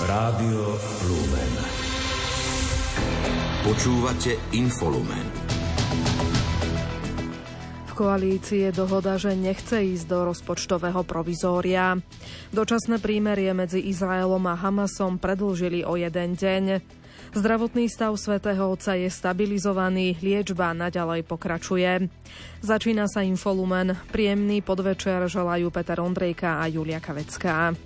Rádio Lumen. Počúvate Infolumen. V koalícii je dohoda, že nechce ísť do rozpočtového provizória. Dočasné prímerie medzi Izraelom a Hamasom predĺžili o jeden deň. Zdravotný stav svätého Otca je stabilizovaný, liečba naďalej pokračuje. Začína sa Infolumen. Príjemný podvečer želajú Peter Ondrejka a Julia Kavecká.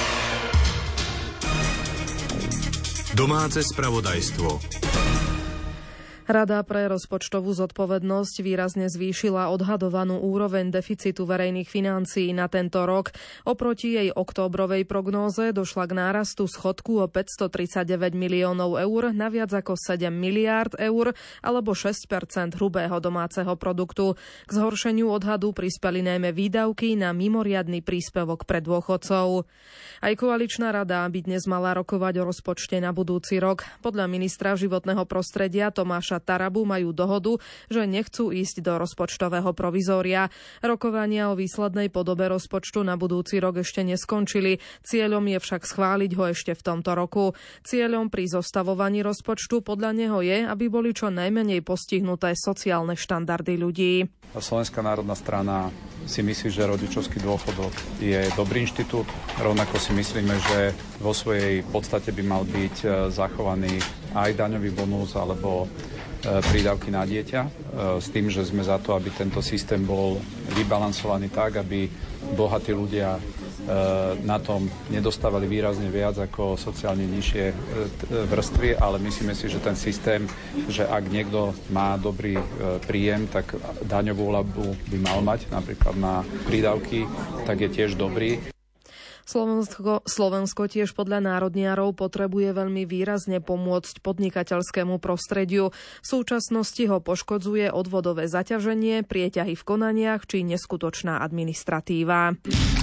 Domáce spravodajstvo. Rada pre rozpočtovú zodpovednosť výrazne zvýšila odhadovanú úroveň deficitu verejných financií na tento rok. Oproti jej októbrovej prognóze došla k nárastu schodku o 539 miliónov eur na viac ako 7 miliárd eur alebo 6% hrubého domáceho produktu. K zhoršeniu odhadu prispeli najmä výdavky na mimoriadny príspevok pre dôchodcov. Aj koaličná rada by dnes mala rokovať o rozpočte na budúci rok. Podľa ministra životného prostredia Tomáša Tarabu majú dohodu, že nechcú ísť do rozpočtového provizória. Rokovania o výslednej podobe rozpočtu na budúci rok ešte neskončili. Cieľom je však schváliť ho ešte v tomto roku. Cieľom pri zostavovaní rozpočtu podľa neho je, aby boli čo najmenej postihnuté sociálne štandardy ľudí. Slovenská národná strana si myslí, že rodičovský dôchodok je dobrý inštitút. Rovnako si myslíme, že vo svojej podstate by mal byť zachovaný aj daňový bonus alebo prídavky na dieťa, s tým, že sme za to, aby tento systém bol vybalansovaný tak, aby bohatí ľudia na tom nedostávali výrazne viac ako sociálne nižšie vrstvy, ale myslíme si, že ten systém, že ak niekto má dobrý príjem, tak daňovú úľavu by mal mať, napríklad na prídavky, tak je tiež dobrý. Slovensko tiež podľa národniarov potrebuje veľmi výrazne pomôcť podnikateľskému prostrediu. V súčasnosti ho poškodzuje odvodové zaťaženie, prieťahy v konaniach či neskutočná administratíva.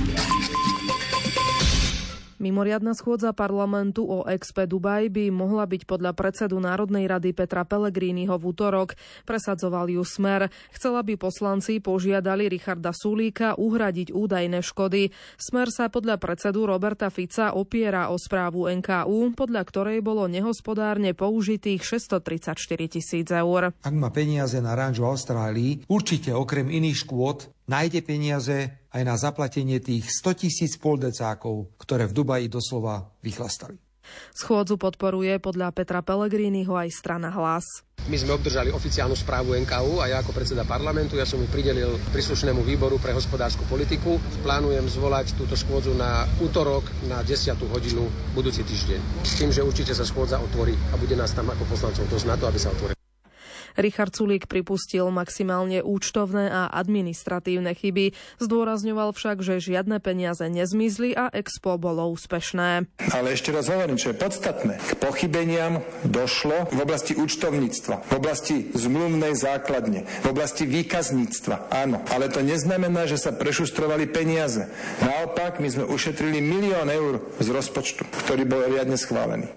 Mimoriadna schôdza parlamentu o Expe Dubaj by mohla byť podľa predsedu Národnej rady Petra Pellegriniho v utorok. Presadzoval ju Smer. Chcela by poslanci požiadali Richarda Sulíka uhradiť údajné škody. Smer sa podľa predsedu Roberta Fica opiera o správu NKÚ, podľa ktorej bolo nehospodárne použitých 634 000 eur. Ak má peniaze na ranč v Austrálii, určite okrem iných škôd nájde peniaze aj na zaplatenie tých 100 000 poldecákov, ktoré v Dubaji doslova vychlastali. Schôdzu podporuje podľa Petra Pellegriniho aj strana Hlas. My sme obdržali oficiálnu správu NKÚ a ja ako predseda parlamentu, ja som ju pridelil príslušnému výboru pre hospodársku politiku. Plánujem zvolať túto schôdzu na útorok na 10. hodinu budúci týždeň. S tým, že určite sa schôdza otvorí a bude nás tam ako poslancov dosť na to, aby sa otvorila. Richard Sulík pripustil maximálne účtovné a administratívne chyby. Zdôrazňoval však, že žiadne peniaze nezmizli a Expo bolo úspešné. Ale ešte raz hovorím, čo je podstatné. K pochybeniam došlo v oblasti účtovníctva, v oblasti zmluvnej základne, v oblasti výkazníctva. Áno, ale to neznamená, že sa prešustrovali peniaze. Naopak, my sme ušetrili 1 000 000 eur z rozpočtu, ktorý bol riadne schválený.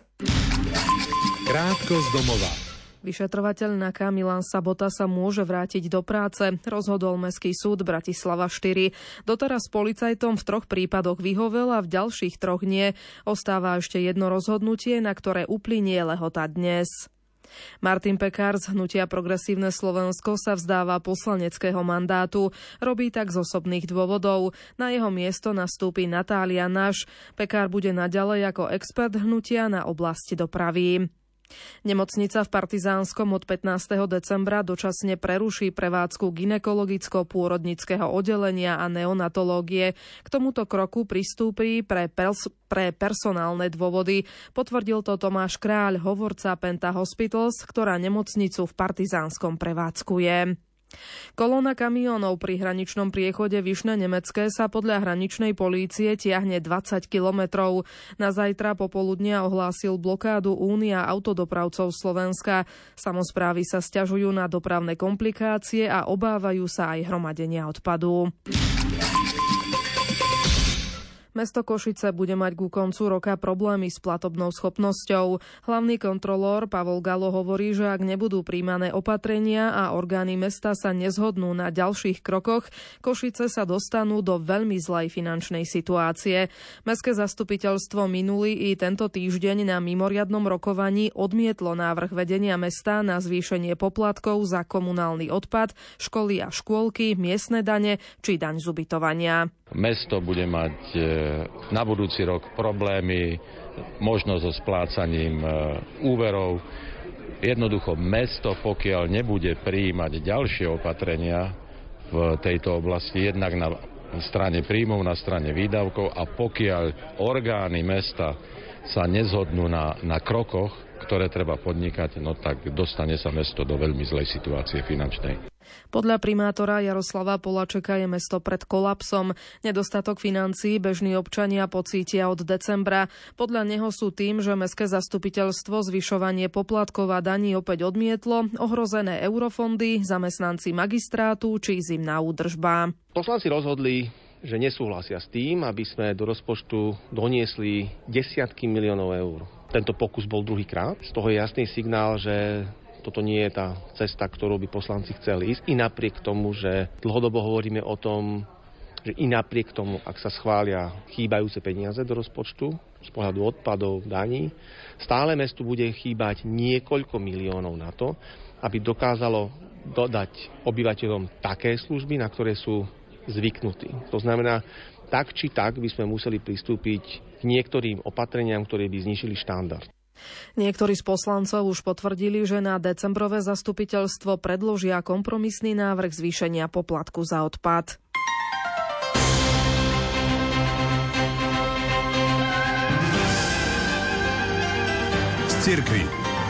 Krátko z domova. Vyšetrovateľ NAKA Milan Sabota sa môže vrátiť do práce, rozhodol Mestský súd Bratislava 4. Doteraz policajtom v 3 prípadoch vyhovel a v ďalších 3 nie. Ostáva ešte jedno rozhodnutie, na ktoré uplynie lehota dnes. Martin Pekár z hnutia Progresívne Slovensko sa vzdáva poslaneckého mandátu. Robí tak z osobných dôvodov. Na jeho miesto nastúpi Natália Naš. Pekár bude naďalej ako expert hnutia na oblasti dopravy. Nemocnica v Partizánskom od 15. decembra dočasne preruší prevádzku gynekologicko-pôrodnického oddelenia a neonatológie. K tomuto kroku pristúpi pre personálne dôvody. Potvrdil to Tomáš Kráľ, hovorca Penta Hospitals, ktorá nemocnicu v Partizánskom prevádzkuje. Kolóna kamiónov pri hraničnom priechode Vyšné Nemecké sa podľa hraničnej polície tiahne 20 kilometrov. Na zajtra popoludnia ohlásil blokádu Únia autodopravcov Slovenska. Samosprávy sa sťažujú na dopravné komplikácie a obávajú sa aj hromadenia odpadu. Mesto Košice bude mať ku koncu roka problémy s platobnou schopnosťou. Hlavný kontrolór Pavol Galo hovorí, že ak nebudú príjmané opatrenia a orgány mesta sa nezhodnú na ďalších krokoch, Košice sa dostanú do veľmi zlej finančnej situácie. Mestské zastupiteľstvo minulý i tento týždeň na mimoriadnom rokovaní odmietlo návrh vedenia mesta na zvýšenie poplatkov za komunálny odpad, školy a škôlky, miestne dane či daň z ubytovania. Mesto bude mať na budúci rok problémy, možno so splácaním úverov. Jednoducho mesto, pokiaľ nebude prijímať ďalšie opatrenia v tejto oblasti, jednak na strane príjmov, na strane výdavkov, a pokiaľ orgány mesta sa nezhodnú na krokoch, ktoré treba podnikať, no tak dostane sa mesto do veľmi zlej situácie finančnej. Podľa primátora Jaroslava Polačeka je mesto pred kolapsom. Nedostatok financií bežní občania pocítia od decembra. Podľa neho sú tým, že mestské zastupiteľstvo zvyšovanie poplatkov a daní opäť odmietlo, ohrozené eurofondy, zamestnanci magistrátu či zimná údržba. Poslanci rozhodli, že nesúhlasia s tým, aby sme do rozpočtu doniesli desiatky miliónov eur. Tento pokus bol druhýkrát. Z toho je jasný signál, že toto nie je tá cesta, ktorou by poslanci chceli ísť. I napriek tomu, že dlhodobo hovoríme o tom, že i napriek tomu, ak sa schvália chýbajúce peniaze do rozpočtu z pohľadu odpadov, daní, stále mestu bude chýbať niekoľko miliónov na to, aby dokázalo dodať obyvateľom také služby, na ktoré sú zvyknutí. To znamená, tak či tak by sme museli pristúpiť k niektorým opatreniam, ktoré by znížili štandard. Niektorí z poslancov už potvrdili, že na decembrové zastupiteľstvo predložia kompromisný návrh zvýšenia poplatku za odpad. Z cirkvi.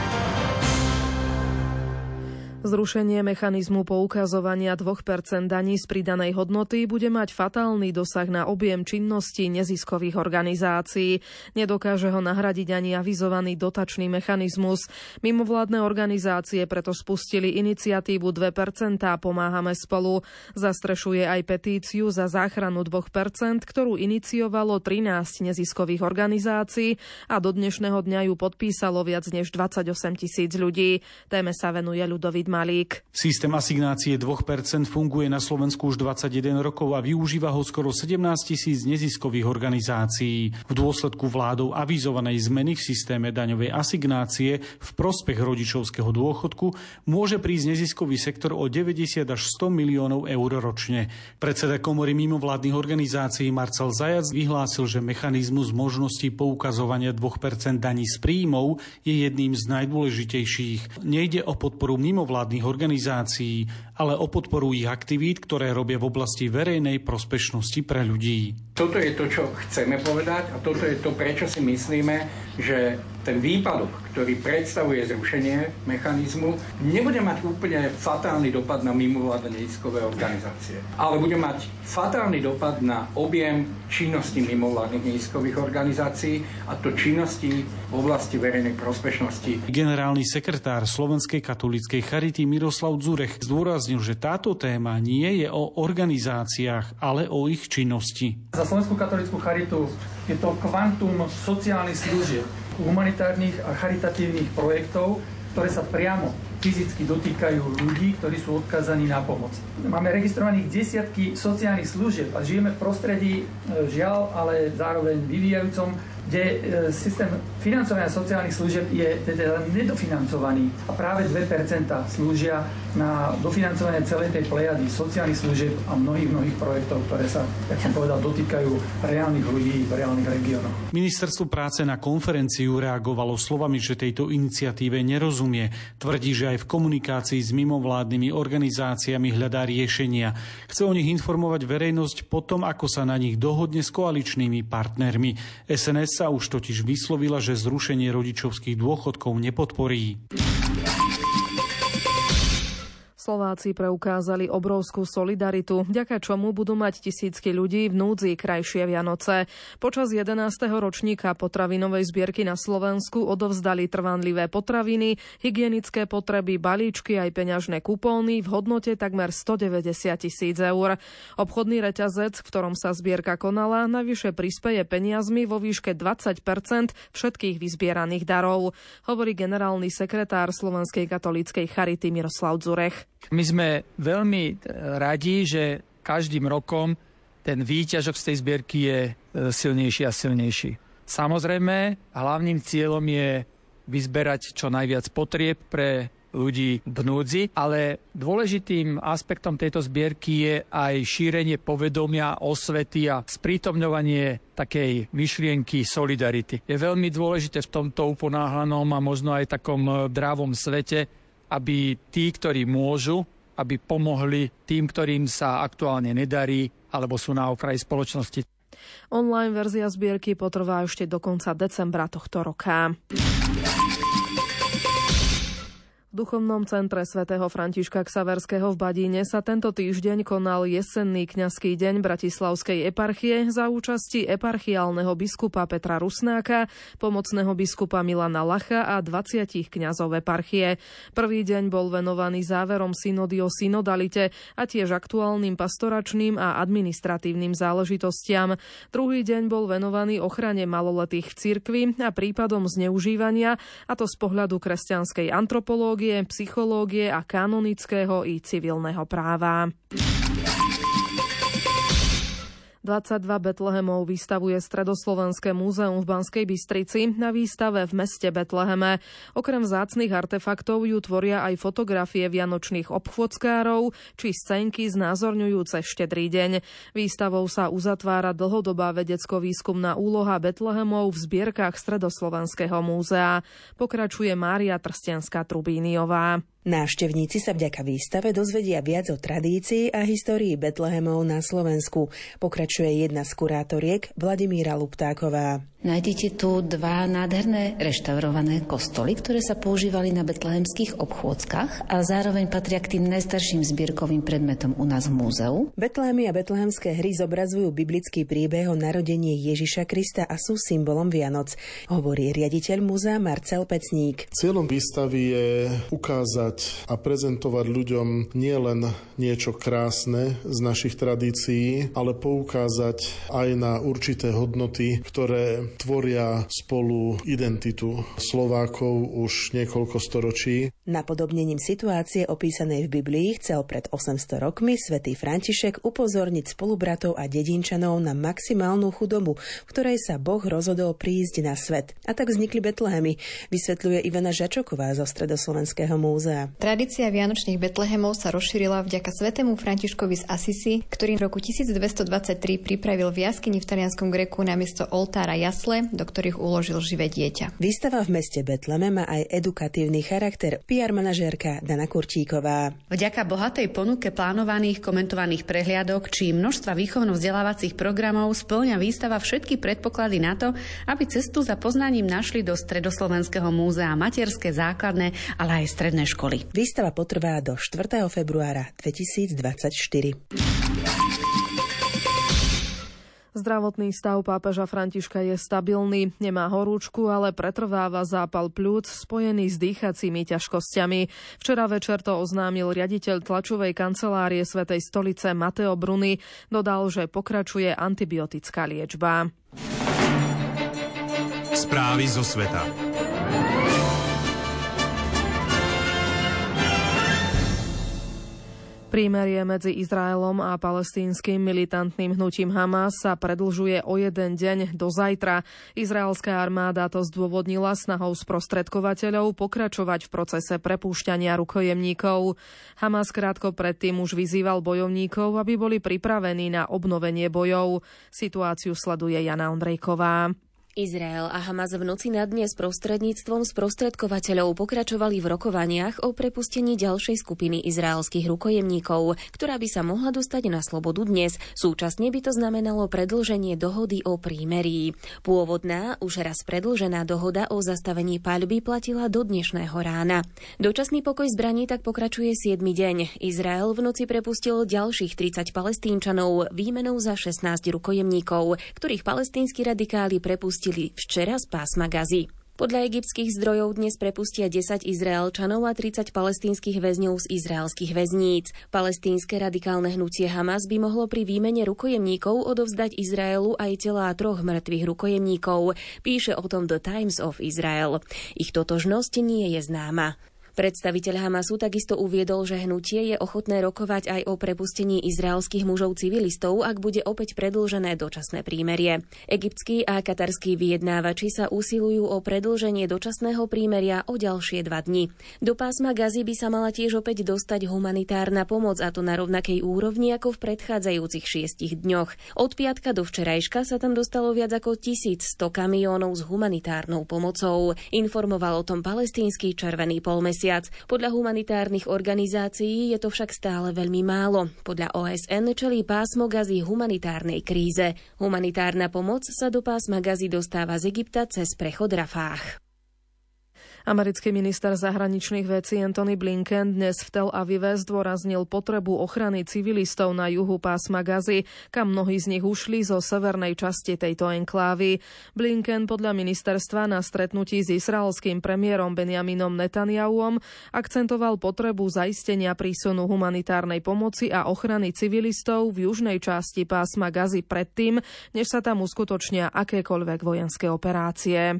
Zrušenie mechanizmu poukazovania 2% daní z pridanej hodnoty bude mať fatálny dosah na objem činnosti neziskových organizácií. Nedokáže ho nahradiť ani avizovaný dotačný mechanizmus. Mimovládne organizácie preto spustili iniciatívu 2% Pomáhame spolu. Zastrešuje aj petíciu za záchranu 2%, ktorú iniciovalo 13 neziskových organizácií a do dnešného dňa ju podpísalo viac než 28 000 ľudí. Téme sa venuje Ľudovít Malík. Systém asignácie 2% funguje na Slovensku už 21 rokov a využíva ho skoro 17 000 neziskových organizácií. V dôsledku vládou avizovanej zmeny v systéme daňovej asignácie v prospech rodičovského dôchodku môže prísť neziskový sektor o 90 až 100 miliónov eur ročne. Predseda Komory mimovládnych organizácií Marcel Zajac vyhlásil, že mechanizmus možností poukazovania 2% daní z príjmov je jedným z najdôležitejších. Nejde o podporu mimovládnych organizácií, ale o podporu ich aktivít, ktoré robia v oblasti verejnej prospešnosti pre ľudí. Toto je to, čo chceme povedať, a toto je to, prečo si myslíme, že ten výpadok, ktorý predstavuje zrušenie mechanizmu, nebude mať úplne fatálny dopad na mimovládne neziskové organizácie, ale bude mať fatálny dopad na objem činnosti mimovládnych neziskových organizácií, a to činnosti v oblasti verejnej prospešnosti. Generálny sekretár Slovenskej katolíckej charity Miroslav Dzurech zdôraznil, že táto téma nie je o organizáciách, ale o ich činnosti. Za Slovenskú katolícku charitu je to kvantum sociálnych služieb, humanitárnych a charitatívnych projektov, ktoré sa priamo fyzicky dotýkajú ľudí, ktorí sú odkázaní na pomoc. Máme registrovaných desiatky sociálnych služieb a žijeme v prostredí, žiaľ, ale zároveň vyvíjajúcom, kde systém financovania sociálnych služieb je teda nedofinancovaný a práve 2% slúžia na dofinancovanie celej tej plejady sociálnych služieb a mnohých projektov, ktoré sa, jak som povedal, dotýkajú reálnych ľudí v reálnych regiónoch. Ministerstvo práce na konferenciu reagovalo slovami, že tejto iniciatíve nerozumie. Tvrdí, že aj v komunikácii s mimovládnymi organizáciami hľadá riešenia. Chce o nich informovať verejnosť potom, ako sa na nich dohodne s koaličnými partnermi. SNS sa už totiž vyslovila, že zrušenie rodičovských dôchodkov nepodporí. Slováci preukázali obrovskú solidaritu, vďaka čomu budú mať tisícky ľudí v núdzi krajšie Vianoce. Počas 11. ročníka potravinovej zbierky na Slovensku odovzdali trvanlivé potraviny, hygienické potreby, balíčky aj peňažné kupóny v hodnote takmer 190 000 eur. Obchodný reťazec, v ktorom sa zbierka konala, navyše prispeje peniazmi vo výške 20% všetkých vyzbieraných darov, hovorí generálny sekretár Slovenskej katolíckej charity Miroslav Dzurech. My sme veľmi radi, že každým rokom ten výťažok z tej zbierky je silnejší a silnejší. Samozrejme, hlavným cieľom je vyzberať čo najviac potrieb pre ľudí v núdzi, ale dôležitým aspektom tejto zbierky je aj šírenie povedomia, osvety a sprítomňovanie takej myšlienky solidarity. Je veľmi dôležité v tomto uponáhlanom a možno aj takom drávom svete, aby tí, ktorí môžu, aby pomohli tým, ktorým sa aktuálne nedarí alebo sú na okraji spoločnosti. Online verzia zbierky potrvá ešte do konca decembra tohto roka. V duchovnom centre svätého Františka Xaverského v Badíne sa tento týždeň konal jesenný kňazský deň Bratislavskej eparchie za účasti eparchiálneho biskupa Petra Rusnáka, pomocného biskupa Milana Lacha a 20 kňazov eparchie. Prvý deň bol venovaný záverom synody o synodalite a tiež aktuálnym pastoračným a administratívnym záležitostiam. Druhý deň bol venovaný ochrane maloletých v cirkvi a prípadom zneužívania, a to z pohľadu kresťanskej antropológie, psychológie a kanonického i civilného práva. 22 Betlehemov vystavuje Stredoslovenské múzeum v Banskej Bystrici na výstave v meste Betleheme. Okrem vzácnych artefaktov ju tvoria aj fotografie vianočných obchôdzkárov či scénky znázorňujúce Štedrý deň. Výstavou sa uzatvára dlhodobá vedecko-výskumná úloha Betlehemov v zbierkach Stredoslovenského múzea. Pokračuje Mária Trstenská-Trubíniová. Návštevníci sa vďaka výstave dozvedia viac o tradícii a histórii Betlehemov na Slovensku. Pokračuje jedna z kurátoriek, Vladimíra Luptáková. Nájdete tu dva nádherné reštaurované kostoly, ktoré sa používali na betlehemských obchôdzkach a zároveň patria k tým najstarším zbierkovým predmetom u nás v múzeu. Betlehemy a betlehemské hry zobrazujú biblický príbeh o narodení Ježiša Krista a sú symbolom Vianoc, hovorí riaditeľ múzea Marcel Pecník. Cieľom výstavy je ukázať a prezentovať ľuďom nielen niečo krásne z našich tradícií, ale poukázať aj na určité hodnoty, ktoré tvoria spolu identitu Slovákov už niekoľko storočí. Napodobnením situácie opísanej v Biblii chcel pred 800 rokmi svätý František upozorniť spolubratov a dedinčanov na maximálnu chudobu, v ktorej sa Boh rozhodol prísť na svet. A tak vznikli Betlehemy, vysvetľuje Ivana Žačoková zo Stredoslovenského múzea. Tradícia vianočných Betlehemov sa rozšírila vďaka svätému Františkovi z Assisi, ktorý v roku 1223 pripravil v jaskyni v talianskom Greku namiesto oltára jasle, do ktorých uložil živé dieťa. Výstava v meste Betleme má aj edukatívny charakter. PR manažérka Dana Kurčíková. Vďaka bohatej ponuke plánovaných komentovaných prehliadok či množstva výchovno-vzdelávacích programov spĺňa výstava všetky predpoklady na to, aby cestu za poznaním našli do Stredoslovenského múzea materské, základné, ale aj stredné školy. Výstava potrvá do 4. februára 2024. Zdravotný stav pápeža Františka je stabilný, nemá horúčku, ale pretrváva zápal pľúc spojený s dýchacími ťažkosťami. Včera večer to oznámil riaditeľ tlačovej kancelárie Svätej stolice Mateo Bruni. Dodal, že pokračuje antibiotická liečba. Správy zo sveta. Prímerie medzi Izraelom a palestínskym militantným hnutím Hamas sa predĺžuje o jeden deň do zajtra. Izraelská armáda to zdôvodnila snahou sprostredkovateľov pokračovať v procese prepúšťania rukojemníkov. Hamas krátko predtým už vyzýval bojovníkov, aby boli pripravení na obnovenie bojov. Situáciu sleduje Jana Ondrejková. Izrael a Hamas v noci na dnes prostredníctvom sprostredkovateľov pokračovali v rokovaniach o prepustení ďalšej skupiny izraelských rukojemníkov, ktorá by sa mohla dostať na slobodu dnes. Súčasne by to znamenalo predĺženie dohody o prímerí. Pôvodná, už raz predĺžená dohoda o zastavení paľby platila do dnešného rána. Dočasný pokoj zbraní tak pokračuje 7. deň. Izrael v noci prepustil ďalších 30 Palestínčanov výmenou za 16 rukojemníkov, ktorých palestínsky radikáli prepustili včera z pásma Gazy. Podľa egyptských zdrojov dnes prepustia 10 Izraelčanov a 30 palestínskych väzňov z izraelských väzníc. Palestínske radikálne hnutie Hamas by mohlo pri výmene rukojemníkov odovzdať Izraelu aj telá 3 mŕtvych rukojemníkov. Píše o tom The Times of Israel. Ich totožnosť nie je známa. Predstaviteľ Hamasu takisto uviedol, že hnutie je ochotné rokovať aj o prepustení izraelských mužov civilistov, ak bude opäť predĺžené dočasné prímerie. Egyptskí a katarskí vyjednávači sa usilujú o predĺženie dočasného prímeria o ďalšie 2 dni. Do pásma Gazy by sa mala tiež opäť dostať humanitárna pomoc, a to na rovnakej úrovni ako v predchádzajúcich 6 dňoch. Od piatka do včerajška sa tam dostalo viac ako 1100 kamiónov s humanitárnou pomocou. Informoval o tom palestínsky Červený polmesiac. Podľa humanitárnych organizácií je to však stále veľmi málo. Podľa OSN čelí pásmo Gazy humanitárnej kríze. Humanitárna pomoc sa do pásma Gazy dostáva z Egypta cez prechod Rafah. Americký minister zahraničných vecí Antony Blinken dnes v Tel Avive zdôraznil potrebu ochrany civilistov na juhu pásma Gazy, kam mnohí z nich ušli zo severnej časti tejto enklávy. Blinken podľa ministerstva na stretnutí s izraelským premiérom Benjaminom Netanyahuom akcentoval potrebu zaistenia prísunu humanitárnej pomoci a ochrany civilistov v južnej časti pásma Gazy predtým, než sa tam uskutočnia akékoľvek vojenské operácie.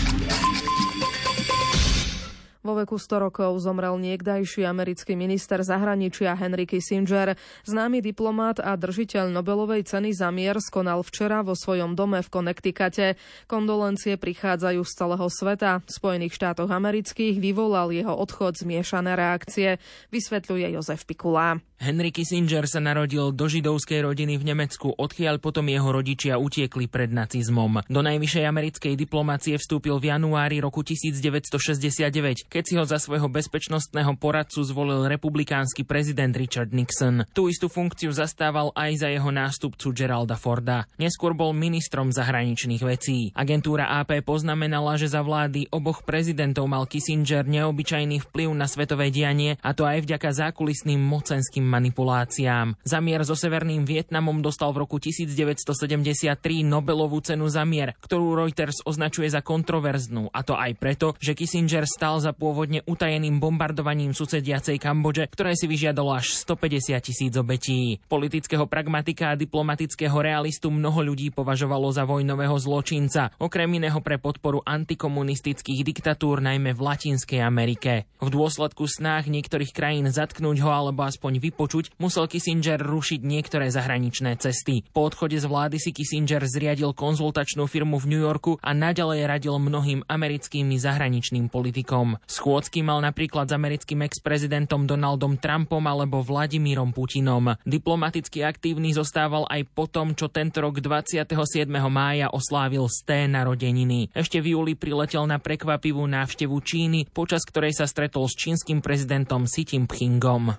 Vo veku 100 rokov zomrel niekdajší americký minister zahraničia Henry Kissinger. Známy diplomát a držiteľ Nobelovej ceny za mier skonal včera vo svojom dome v Connecticute. Kondolencie prichádzajú z celého sveta. V Spojených štátoch amerických vyvolal jeho odchod zmiešané reakcie, vysvetľuje Jozef Pikula. Henry Kissinger sa narodil do židovskej rodiny v Nemecku, odkiaľ potom jeho rodičia utiekli pred nacizmom. Do najvyššej americkej diplomácie vstúpil v januári roku 1969, keď si ho za svojho bezpečnostného poradcu zvolil republikánsky prezident Richard Nixon. Tú istú funkciu zastával aj za jeho nástupcu Geralda Forda. Neskôr bol ministrom zahraničných vecí. Agentúra AP poznamenala, že za vlády oboch prezidentov mal Kissinger neobyčajný vplyv na svetové dianie, a to aj vďaka zákulisným mocenským manipuláciám. Za mier so Severným Vietnamom dostal v roku 1973 Nobelovú cenu za mier, ktorú Reuters označuje za kontroverznú, a to aj preto, že Kissinger stál za pôvodne utajeným bombardovaním susediacej Kambodže, ktoré si vyžiadalo až 150 000 obetí. Politického pragmatika a diplomatického realistu mnoho ľudí považovalo za vojnového zločinca, okrem iného pre podporu antikomunistických diktatúr najmä v Latinskej Amerike. V dôsledku snách niektorých krajín zatknúť ho alebo aspoň vypočuť, musel Kissinger rušiť niektoré zahraničné cesty. Po odchode z vlády si Kissinger zriadil konzultačnú firmu v New Yorku a naďalej radil mnohým americkým i zahraničným politikom. Schôdzky mal napríklad s americkým ex-prezidentom Donaldom Trumpom alebo Vladimírom Putinom. Diplomaticky aktívny zostával aj po tom, čo tento rok 27. mája oslávil 100. narodeniny. Ešte v júli priletel na prekvapivú návštevu Číny, počas ktorej sa stretol s čínskym prezidentom Xi Jinpingom.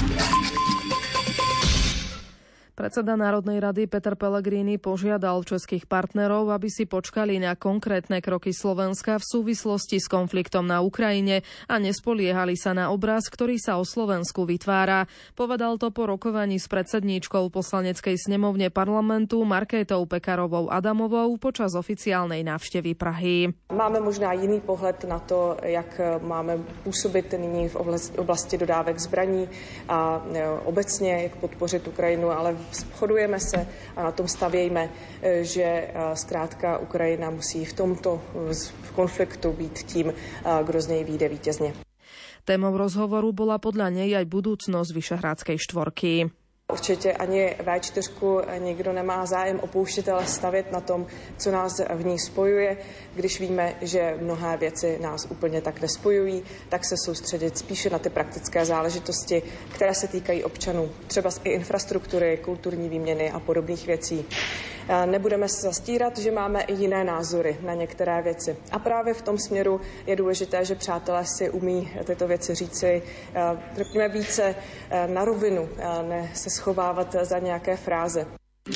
Predseda Národnej rady Peter Pellegrini požiadal českých partnerov, aby si počkali na konkrétne kroky Slovenska v súvislosti s konfliktom na Ukrajine a nespoliehali sa na obraz, ktorý sa o Slovensku vytvára. Povedal to po rokovaní s predsedníčkou poslaneckej snemovne parlamentu Markétou Pekarovou Adamovou počas oficiálnej návštevy Prahy. Máme možná jiný pohled na to, jak máme působit nyní v oblasti dodávek zbraní a obecně jak podpořit Ukrajinu, ale shodujeme se a na tom stavějme, že zkrátka Ukrajina musí v tomto konfliktu být tím, kdo z něj vyjde vítězně. Témou rozhovoru bola podľa nej aj budúcnosť Vyšehradskej štvorky. Určitě ani V4 nikdo nemá zájem opouštět, ale stavět na tom, co nás v ní spojuje. Když víme, že mnohé věci nás úplně tak nespojují, tak se soustředit spíše na ty praktické záležitosti, které se týkají občanů, třeba i infrastruktury, kulturní výměny a podobných věcí. Nebudeme se zastírat, že máme i jiné názory na některé věci. A právě v tom směru je důležité, že přátelé si umí tyto věci říci, řekněme více na rovinu, ne se schovávat za nějaké fráze.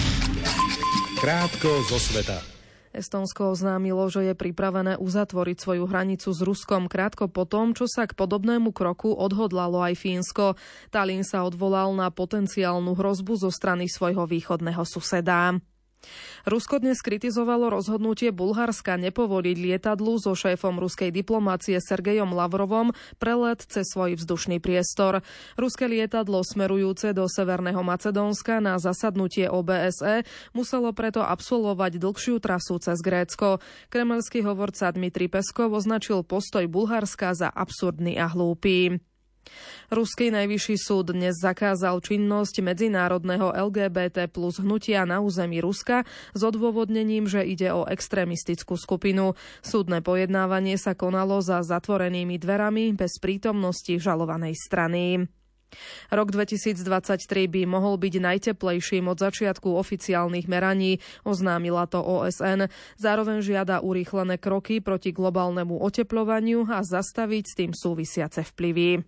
Krátko zo sveta. Estónsko oznámilo, že je pripravené uzatvoriť svoju hranicu s Ruskom krátko po tom, čo sa k podobnému kroku odhodlalo aj Fínsko. Tallinn sa odvolal na potenciálnu hrozbu zo strany svojho východného suseda. Rusko dnes kritizovalo rozhodnutie Bulharska nepovoliť lietadlu so šéfom ruskej diplomácie Sergejom Lavrovom prelet cez svoj vzdušný priestor. Ruské lietadlo smerujúce do Severného Macedónska na zasadnutie OBSE muselo preto absolvovať dlhšiu trasu cez Grécko. Kremelský hovorca Dmitrij Peskov označil postoj Bulharska za absurdný a hlúpy. Ruský najvyšší súd dnes zakázal činnosť medzinárodného LGBT plus hnutia na území Ruska s odôvodnením, že ide o extrémistickú skupinu. Súdne pojednávanie sa konalo za zatvorenými dverami bez prítomnosti žalovanej strany. Rok 2023 by mohol byť najteplejším od začiatku oficiálnych meraní, oznámila to OSN. Zároveň žiada urýchlené kroky proti globálnemu otepľovaniu a zastaviť s tým súvisiace vplyvy.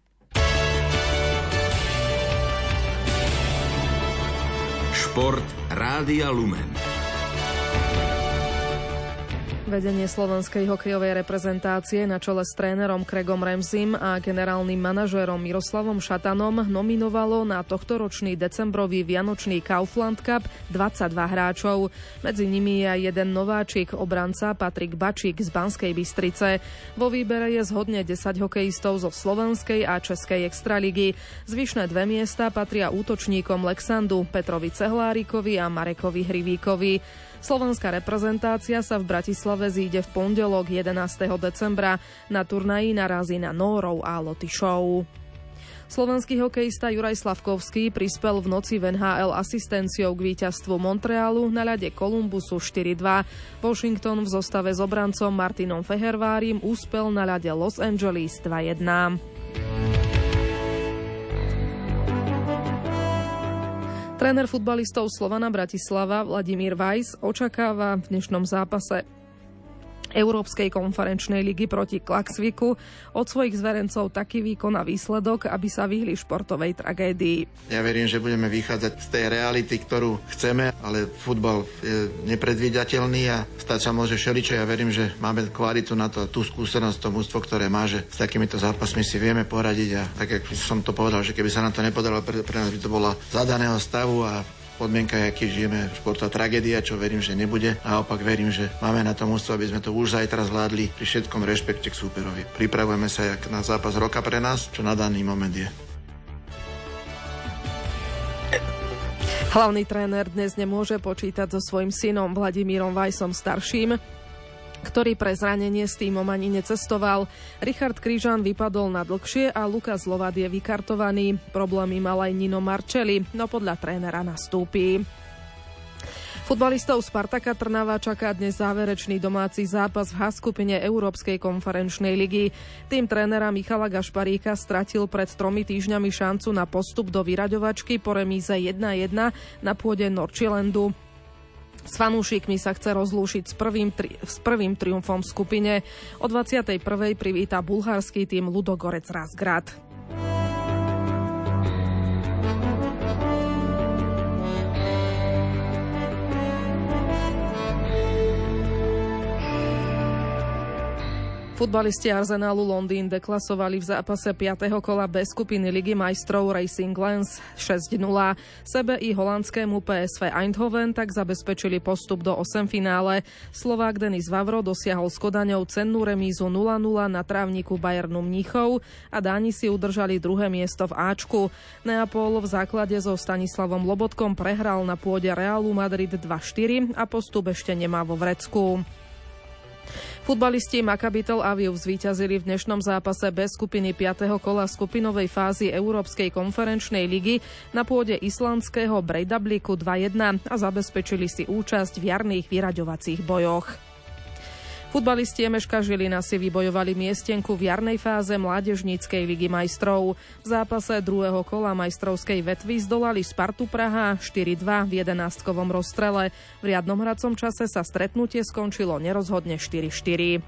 Šport Rádia Lumen. Vedenie slovenskej hokejovej reprezentácie na čele s trénerom Craigom Ramseym a generálnym manažérom Miroslavom Šatanom nominovalo na tohtoročný decembrový vianočný Kaufland Cup 22 hráčov. Medzi nimi je jeden nováčik, obranca Patrik Bačík z Banskej Bystrice. Vo výbere je zhodne 10 hokejistov zo slovenskej a českej extraligy. Zvyšné 2 miesta patria útočníkom Lexandu, Petrovi Cehlárikovi a Marekovi Hrivíkovi. Slovenská reprezentácia sa v Bratislave zíde v pondelok 11. decembra. Na turnaji narazí na Nórov a Lotyšov. Slovenský hokejista Juraj Slavkovský prispel v noci v NHL asistenciou k víťazstvu Montrealu na ľade Columbusu 4-2. Washington v zostave s obrancom Martinom Fehervárim úspel na ľade Los Angeles 2-1. Tréner futbalistov Slovana Bratislava Vladimír Weiss očakáva v dnešnom zápase Európskej konferenčnej ligy proti Klaksviku od svojich zverencov taký výkon a výsledok, aby sa vyhli športovej tragédii. Ja verím, že budeme vychádzať z tej reality, ktorú chceme, ale futbal je nepredvídateľný a stať sa môže všeličo. Ja verím, že máme kvalitu na to, tú skúsenosť, to mužstvo, ktoré má, že s takýmito zápasmi si vieme poradiť a tak, ako som to povedal, že keby sa nám to nepodarilo, pre nás by to bola zadaného stavu a podmienka, aký žijeme, športová tragédia, čo verím, že nebude. Naopak verím, že máme na to mužstvo, aby sme to už zajtra zvládli pri všetkom rešpekte k súperovi. Pripravujeme sa na zápas roka pre nás, čo na daný moment je. Hlavný tréner dnes nemôže počítať so svojím synom Vladimírom Weissom starším, ktorý pre zranenie s tímom ani necestoval. Richard Križan vypadol na dlhšie a Lukas Lovad je vykartovaný. Problémy mal aj Nino Marcelli, no podľa trénera nastúpi. Futbalistov Spartaka Trnava čaká dnes záverečný domáci zápas v H skupine Európskej konferenčnej ligy. Tým trénera Michala Gašparíka stratil pred 3 týždňami šancu na postup do vyraďovačky po remíze 1-1 na pôde Norčilendu. S fanúšikmi sa chce rozlúšiť s prvým triumfom v skupine. O 21. privíta bulharský tým Ludogorec Razgrad. Futbalisti Arsenalu Londýn deklasovali v zápase 5. kola B skupiny Ligy majstrov Racing Lens 6-0. Sebe i holandskému PSV Eindhoven tak zabezpečili postup do 8 finále. Slovák Denis Vavro dosiahol s Kodaňou cennú remízu 0-0 na trávniku Bayernu Mníchov a Dáni si udržali druhé miesto v Ačku. Neapol v základe so Stanislavom Lobotkom prehral na pôde Realu Madrid 2-4 a postup ešte nemá vo vrecku. Futbalisti Maccabi Tel Aviv zvíťazili v dnešnom zápase B skupiny 5. kola skupinovej fázy Európskej konferenčnej ligy na pôde islandského Breiðabliku 2-1 a zabezpečili si účasť v jarných vyraďovacích bojoch. Futbalisti MŠK Žilina si vybojovali miestenku v jarnej fáze mládežníckej ligy majstrov. V zápase druhého kola majstrovskej vetvy zdolali Spartu Praha 4-2 v 11-kovom rozstrele. V riadnom hracom čase sa stretnutie skončilo nerozhodne 4-4.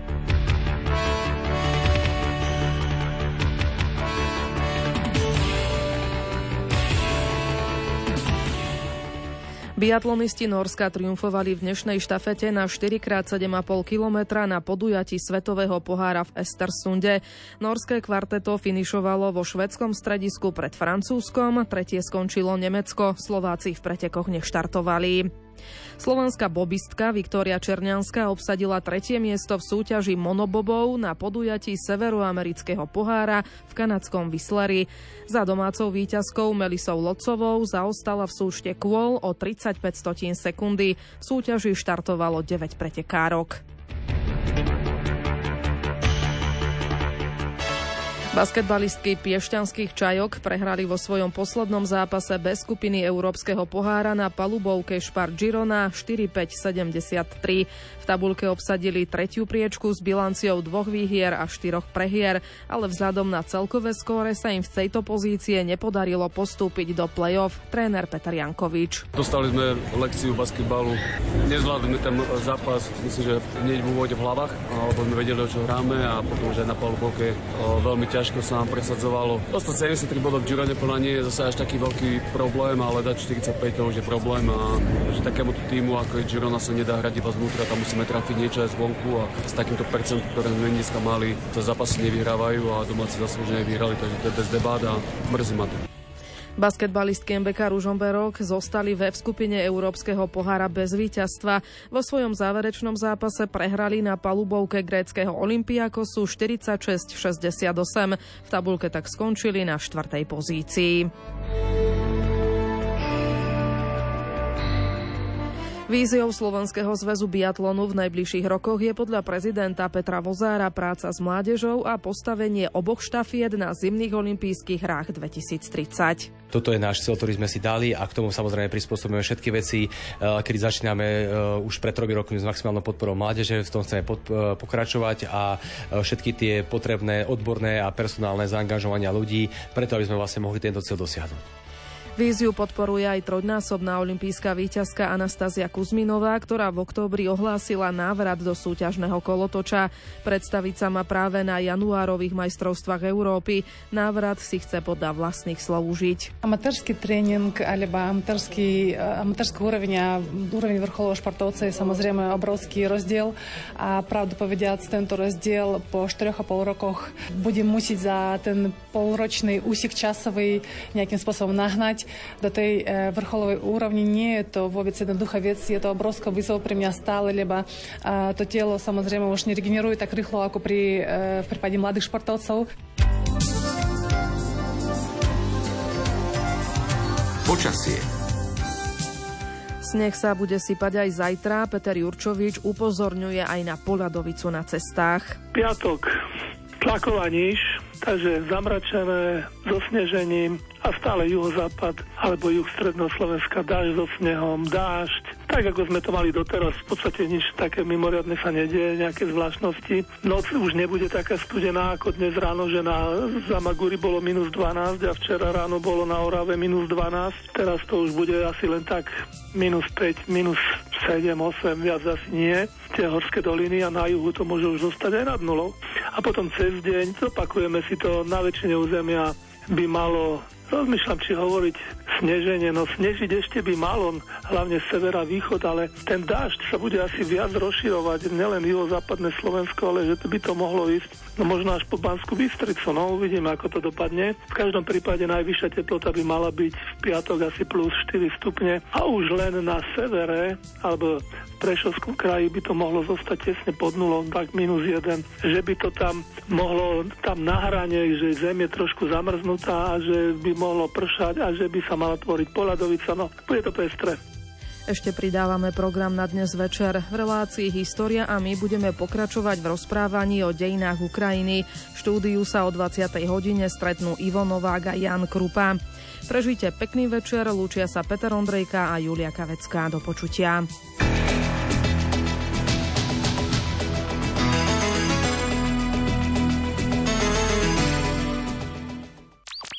Biatlonisti Nórska triumfovali v dnešnej štafete na 4x7,5 kilometra na podujatí Svetového pohára v Östersunde. Nórske kvarteto finišovalo vo švédskom stredisku pred Francúzskom, tretie skončilo Nemecko, Slováci v pretekoch neštartovali. Slovenská bobistka Viktória Černianska obsadila 3. miesto v súťaži monobobov na podujatí Severoamerického pohára v kanadskom Whistleri. Za domácou víťazkou Melisou Locovou zaostala v súčte kôl o 35 sekundy. V súťaži štartovalo 9 pretekárok. Basketbalistky piešťanských Čajok prehrali vo svojom poslednom zápase bez skupiny Európskeho pohára na palubovke Spar Girona 4-5-73. V tabuľke obsadili 3. priečku s bilanciou 2 výhier a 4 prehier, ale vzhľadom na celkové skóre sa im v tejto pozície nepodarilo postúpiť do play-off. Tréner Peter Jankovič. Dostali sme lekciu basketbalu. Nezvládli ten zápas, myslím, že hneď v úvode v hlavách, lebo sme vedeli, o čo hráme a potom, že na palubovke veľmi ťažko sa nám presadzovalo. Dostať 73 bodov v Girone podľa nie je zase až taký veľký problém, ale dať 45 to už je problém a že takémuto týmu ako je Girona sa nedá hrať iba zvnútra, tam musíme trafiť niečo aj zvonku a s takýmto percentom, ktoré sme dneska mali, to zápasy nevyhrávajú a domáci zaslúžene vyhrali, takže to je bez debát a mrzí ma to. Basketbalistky MBK Ružomberok zostali v skupine Európskeho pohára bez víťazstva. Vo svojom záverečnom zápase prehrali na palubovke gréckeho Olympiakosu 46-68. V tabuľke tak skončili na 4. pozícii. Víziou Slovenského zväzu biatlonu v najbližších rokoch je podľa prezidenta Petra Vozára práca s mládežou a postavenie oboch štafiet na zimných olympijských hrách 2030. Toto je náš cieľ, ktorý sme si dali a k tomu samozrejme prispôsobíme všetky veci. Kedy začíname už pred 3 rokmi s maximálnou podporou mládeže, v tom chceme pokračovať a všetky tie potrebné odborné a personálne zaangažovania ľudí, preto aby sme vlastne mohli tento cieľ dosiahnuť. Víziu podporuje aj trojnásobná olympijská víťazka Anastázia Kuzminová, ktorá v októbri ohlásila návrat do súťažného kolotoča. Predstaviť sa má práve na januárových majstrovstvách Európy. Návrat si chce podľa vlastných slov užiť. Amatérsky tréning alebo amatérsky úroveň a úroveň vrcholového športovca je samozrejme obrovský rozdiel a pravdu povediac tento rozdiel po 4,5 rokoch budem musieť za ten polročný úsek časový nejakým spôsobom nahnať do tej vrcholovej úrovni. Nie je to vôbec jednoduchá vec, je to obrovská výzva pre mňa stále, lebo to telo samozrejme už neregeneruje tak rýchlo ako v prípade mladých športovcov. Počasie. Sneh sa bude sypať aj zajtra. Peter Jurčovič upozorňuje aj na poľadovicu na cestách. Piatok, tlaková níž, takže zamračené so snežením a stále juhozápad alebo juh strednoslovenska, dážď so snehom, dážď. Tak ako sme to mali doteraz, v podstate nič také mimoriadne sa nedieje, nejaké zvláštnosti. Noc už nebude taká studená ako dnes ráno, že na Zamaguri bolo -12 a včera ráno bolo na Orave -12. Teraz to už bude asi len tak -5, -7, -8, viac asi nie. Tie horské doliny a na juhu to môže už zostať aj nad nulou. A potom cez deň, zopakujeme si to, na väčšine územia by malo, rozmýšľam, či hovoriť sneženie, no snežiť ešte by malo, hlavne sever a východ, ale ten dážď sa bude asi viac rozširovať, nielen juhozápadné Slovensko, ale že by to mohlo ísť, no možno až po Banskú Bystricu, no uvidíme, ako to dopadne. V každom prípade najvyššia teplota by mala byť v piatok asi plus 4 stupne a už len na severe, alebo v Prešovskom kraji by to mohlo zostať tesne pod nulou, tak -1, že by to tam mohlo tam na hrane, že zem je trošku zamrznutá a že by mohlo pršať a že by sa mala tvoriť poľadovica, no bude to pestré. Ešte pridávame program na dnes večer. V relácii História a my budeme pokračovať v rozprávaní o dejinách Ukrajiny. V štúdiu sa o 20. hodine stretnú Ivo Novák a Jan Krupa. Prežite pekný večer, lúčia sa Peter Ondrejka a Julia Kavecká. Do počutia.